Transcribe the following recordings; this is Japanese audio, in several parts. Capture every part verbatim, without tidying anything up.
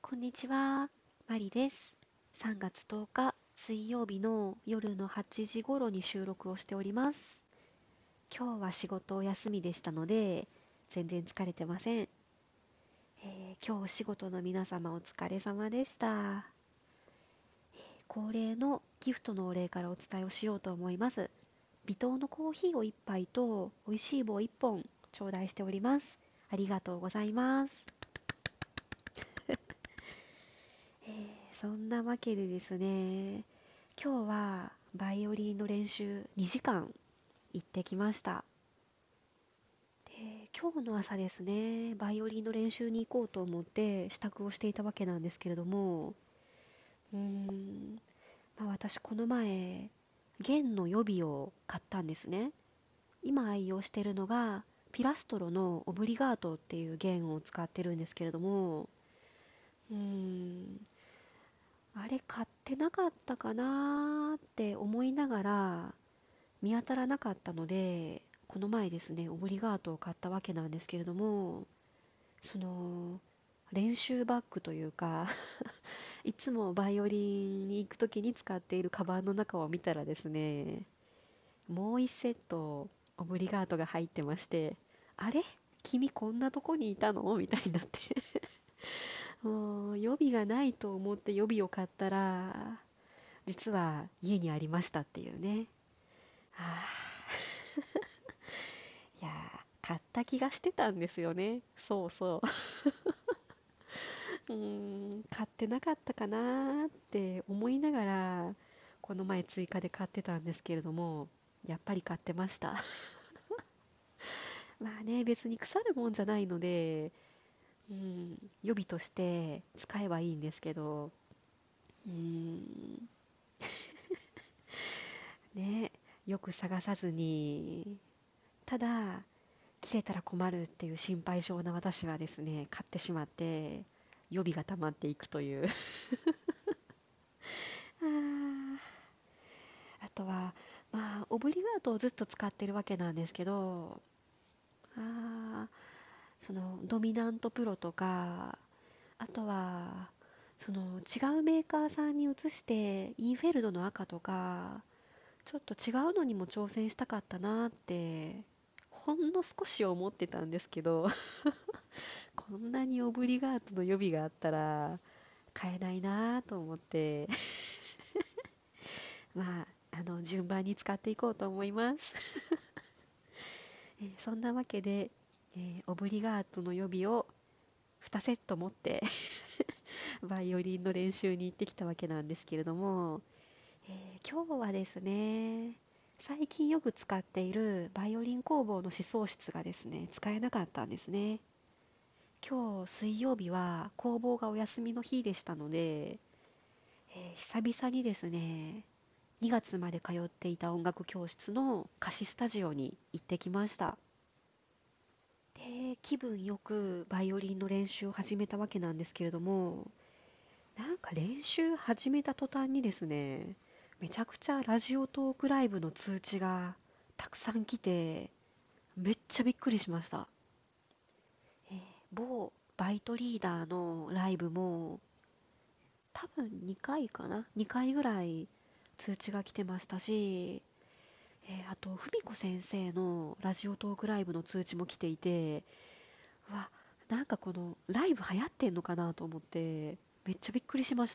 こんにちは、マリです。さんがつとおか水曜日の夜のはちじ頃に収録をしております。今日は仕事お休みでしたので、全然疲れてません。えー今日お仕事の皆様お疲れ様でした。恒例のギフトのお礼からお伝えをしようと思います。微糖のコーヒーをいっぱいと美味しい棒いっぽん頂戴しております。ありがとうございます。えーそんなわけでですね、今日はバイオリンの練習にじかん行ってきました。で、今日の朝ですね、バイオリンの練習に行こうと思って支度をしていたわけなんですけれども、うーん、まあ私この前、弦の予備を買ったんですね。今愛用しているのが、ピラストロのオブリガートっていう弦を使ってるんですけれども、うーん、あれ買ってなかったかなーって思いながら見当たらなかったので、この前ですね、オブリガートを買ったわけなんですけれども、その、練習バッグというかいつもバイオリンに行くときに使っているカバンの中を見たらですね、もう一セットオブリガートが入ってまして、あれ君こんなとこにいたのみたいになってもう予備がないと思って予備を買ったら、実は家にありましたっていうね。はあ、いやー、買った気がしてたんですよね。そうそう。うーん、買ってなかったかなーって思いながら、この前追加で買ってたんですけれども、やっぱり買ってました。まあね、別に腐るもんじゃないので、うん、予備として使えばいいんですけど、うーん、ね、よく探さずに、ただ、切れたら困るっていう心配性な私はですね、買ってしまって、予備が溜まっていくというあーあとは、まあ、オブリガートをずっと使ってるわけなんですけど、あーそのドミナントプロとか、あとは、その違うメーカーさんに移してインフェルドの赤とか、ちょっと違うのにも挑戦したかったなって、ほんの少し思ってたんですけど、こんなにオブリガートの予備があったら買えないなと思ってまあ、あの順番に使っていこうと思いますえーそんなわけで、えーオブリガートの予備をにセット持ってバイオリンの練習に行ってきたわけなんですけれども、えー今日はですね、最近よく使っているバイオリン工房の試奏室がですね、使えなかったんですね。今日水曜日は工房がお休みの日でしたので、えー久々にですね、にがつまで通っていた音楽教室の貸しスタジオに行ってきました。で、気分よくバイオリンの練習を始めたわけなんですけれども、なんか練習始めた途端にですね、めちゃくちゃラジオトークライブの通知がたくさん来て、めっちゃびっくりしました。えー某バイトリーダーのライブも多分にかいかな ?に 回ぐらい通知が来てましたし、えーあと、ふみこ先生のラジオトークライブの通知も来ていて、うわ、なんかこのライブ流行ってんのかなと思って、めっちゃびっくりしました。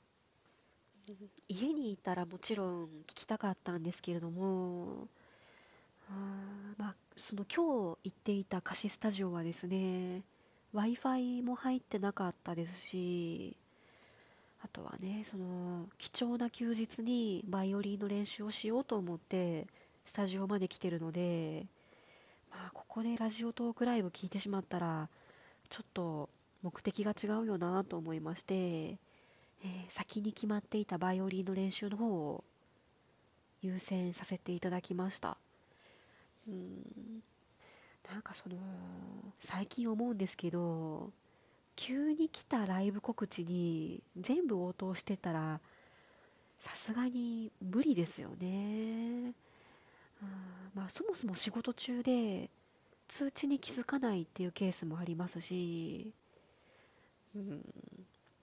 家にいたらもちろん聞きたかったんですけれども、あーまあ、その今日行っていた貸しスタジオはですね、Wi-Fi も入ってなかったですし、あとはね、その貴重な休日にバイオリンの練習をしようと思ってスタジオまで来てるので、まあ、ここでラジオトークライブ聞いてしまったら、ちょっと目的が違うよなと思いまして、えー先に決まっていたバイオリンの練習の方を優先させていただきました。うーん、なんかその、最近思うんですけど、急に来たライブ告知に全部応答してたら、さすがに無理ですよね。うん、まあそもそも仕事中で通知に気づかないっていうケースもありますし、うん、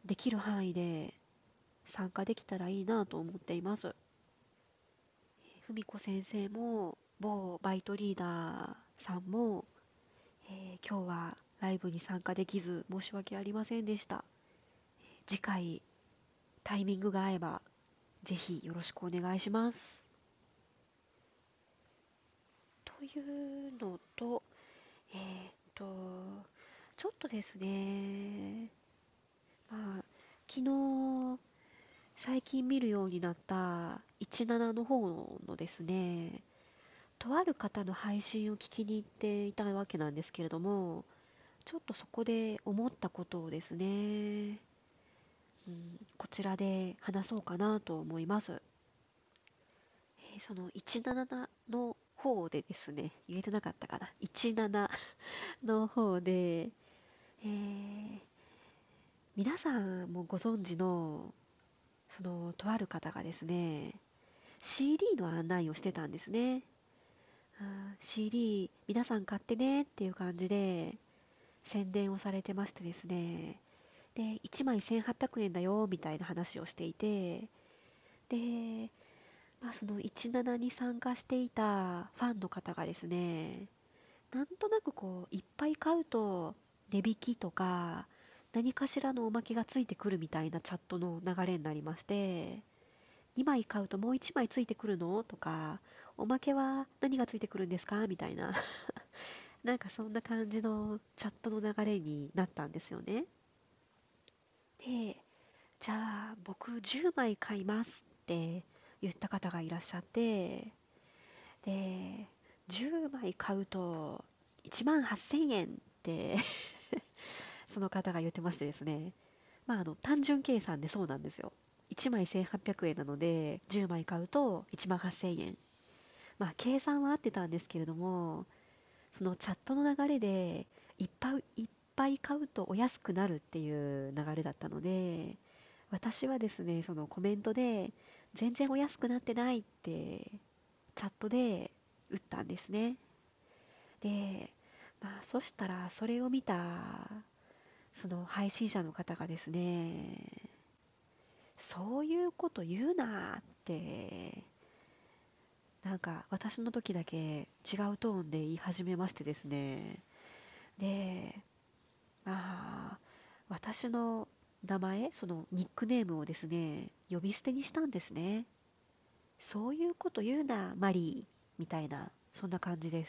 できる範囲で参加できたらいいなと思っています。ふみこ先生も、某バイトリーダーさんも、えー今日はライブに参加できず申し訳ありませんでした。次回タイミングが合えばぜひよろしくお願いします。というのと、えーっと、ちょっとですね、まあ、昨日最近見るようになったじゅうななの方のですね、とある方の配信を聞きに行っていたわけなんですけれども、ちょっとそこで思ったことをですね、うん、こちらで話そうかなと思います。えーそのじゅうななの方でですね、言えてなかったかな。じゅうななの方で、えー皆さんもご存知の、その、とある方がですね、シーディー の案内をしてたんですね。あー シーディー 皆さん買ってねっていう感じで宣伝をされてましてですね。で、いちまいせんはっぴゃくえんだよみたいな話をしていて、で、まあ、そのじゅうななに参加していたファンの方がですね、なんとなくこう、いっぱい買うと値引きとか、何かしらのおまけがついてくるみたいなチャットの流れになりまして、にまい買うともういちまいついてくるのとか、おまけは何がついてくるんですかみたいな、なんかそんな感じのチャットの流れになったんですよね。で、じゃあ僕じゅうまい買いますって言った方がいらっしゃって、で、じゅうまい買うといちまんはっせんえんってその方が言ってましてですね。まあ、あの、単純計算でそうなんですよ。いちまいせんはっぴゃくえんなので、じゅうまい買うといちまんはっせんえん。まあ、計算は合ってたんですけれども、そのチャットの流れで、いっぱいいっぱい買うとお安くなるっていう流れだったので、私はですね、そのコメントで、全然お安くなってないってチャットで打ったんですね。で、まあ、そしたら、それを見た、その配信者の方がですね、そういうこと言うなって、なんか私の時だけ違うトーンで言い始めましてですね。で、まあ、私の名前、そのニックネームをですね、呼び捨てにしたんですね。そういうこと言うな、マリー、みたいな、そんな感じです。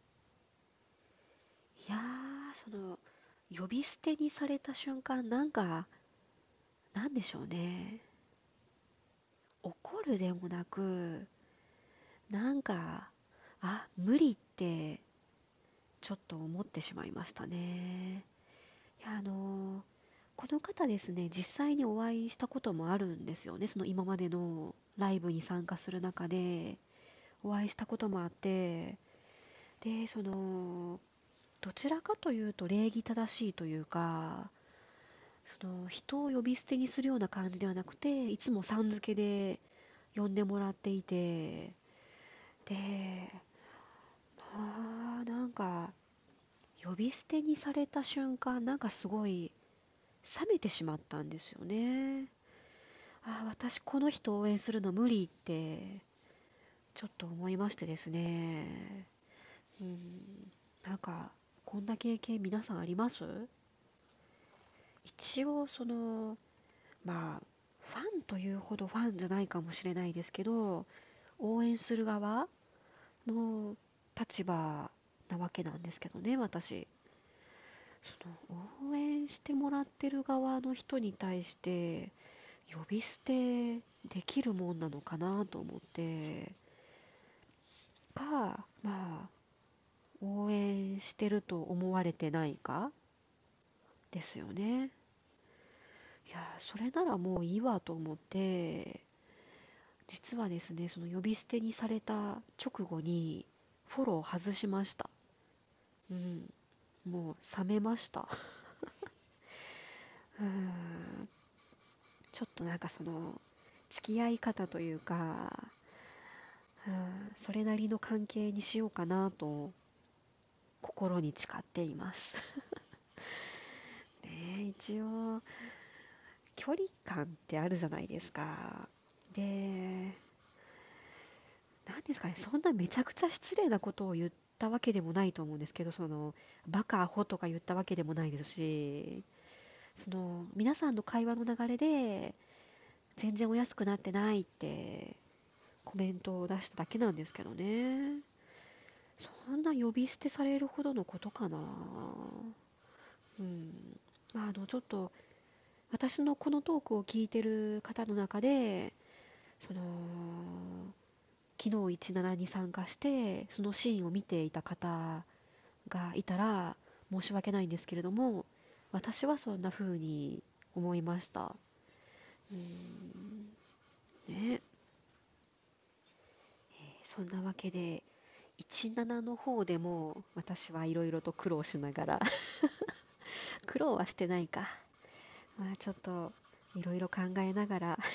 いやー、その、呼び捨てにされた瞬間、なんか、なんでしょうね。怒るでもなく、なんか、あ、無理ってちょっと思ってしまいましたね。いや、あのこの方ですね、実際にお会いしたこともあるんですよね。その今までのライブに参加する中でお会いしたこともあって、で、その、どちらかというと礼儀正しいというか、その人を呼び捨てにするような感じではなくて、いつもさん付けで呼んでもらっていて、で、まあ、なんか、呼び捨てにされた瞬間、なんかすごい冷めてしまったんですよね。ああ、私この人応援するの無理ってちょっと思いましてですね。うん、なんかこんな経験皆さんあります？一応その、まあ、ファンというほどファンじゃないかもしれないですけど、応援する側の立場なわけなんですけどね、私。その応援してもらってる側の人に対して呼び捨てできるもんなのかなと思ってか、まあ応援してると思われてないかですよね。いやそれならもういいわと思って、実はですね、その呼び捨てにされた直後にフォロー外しました。うん、もう冷めました。うん、ちょっとなんかその付き合い方というか、うん、それなりの関係にしようかなと心に誓っています。ねえ、一応距離感ってあるじゃないですか。で、なんですかね、そんなめちゃくちゃ失礼なことを言ったわけでもないと思うんですけど、その、バカアホとか言ったわけでもないですし、その、皆さんの会話の流れで、全然お安くなってないってコメントを出しただけなんですけどね。そんな呼び捨てされるほどのことかな。うん。まあ、あの、ちょっと、私のこのトークを聞いてる方の中で、その、昨日いちななに参加して、そのシーンを見ていた方がいたら、申し訳ないんですけれども、私はそんな風に思いました。うーん、ね。そんなわけで、いちななの方でも私はいろいろと苦労しながら苦労はしてないか。まあちょっといろいろ考えながら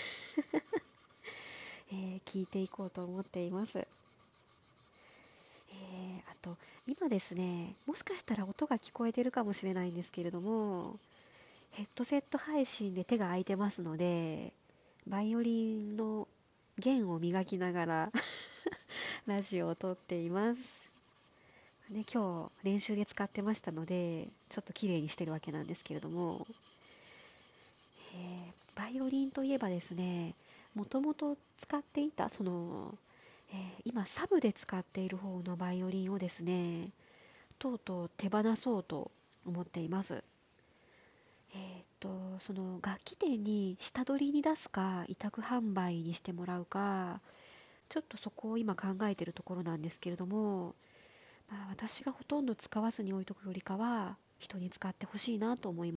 えー聞いていこうと思っています。えーあと、今ですね、もしかしたら音が聞こえてるかもしれないんですけれども、ヘッドセット配信で手が空いてますので、バイオリンの弦を磨きながらラジオを撮っています。ね、今日練習で使ってましたので、ちょっと綺麗にしてるわけなんですけれども、えーバイオリンといえばですね、もともと使っていた、その、えー今サブで使っている方のバイオリンをですね、とうとう手放そうと思っています。えーっと、その楽器店に下取りに出すか、委託販売にしてもらうか、ちょっとそこを今考えているところなんですけれども、まあ、私がほとんど使わずに置いとくよりかは、人に使ってほしいなと思います。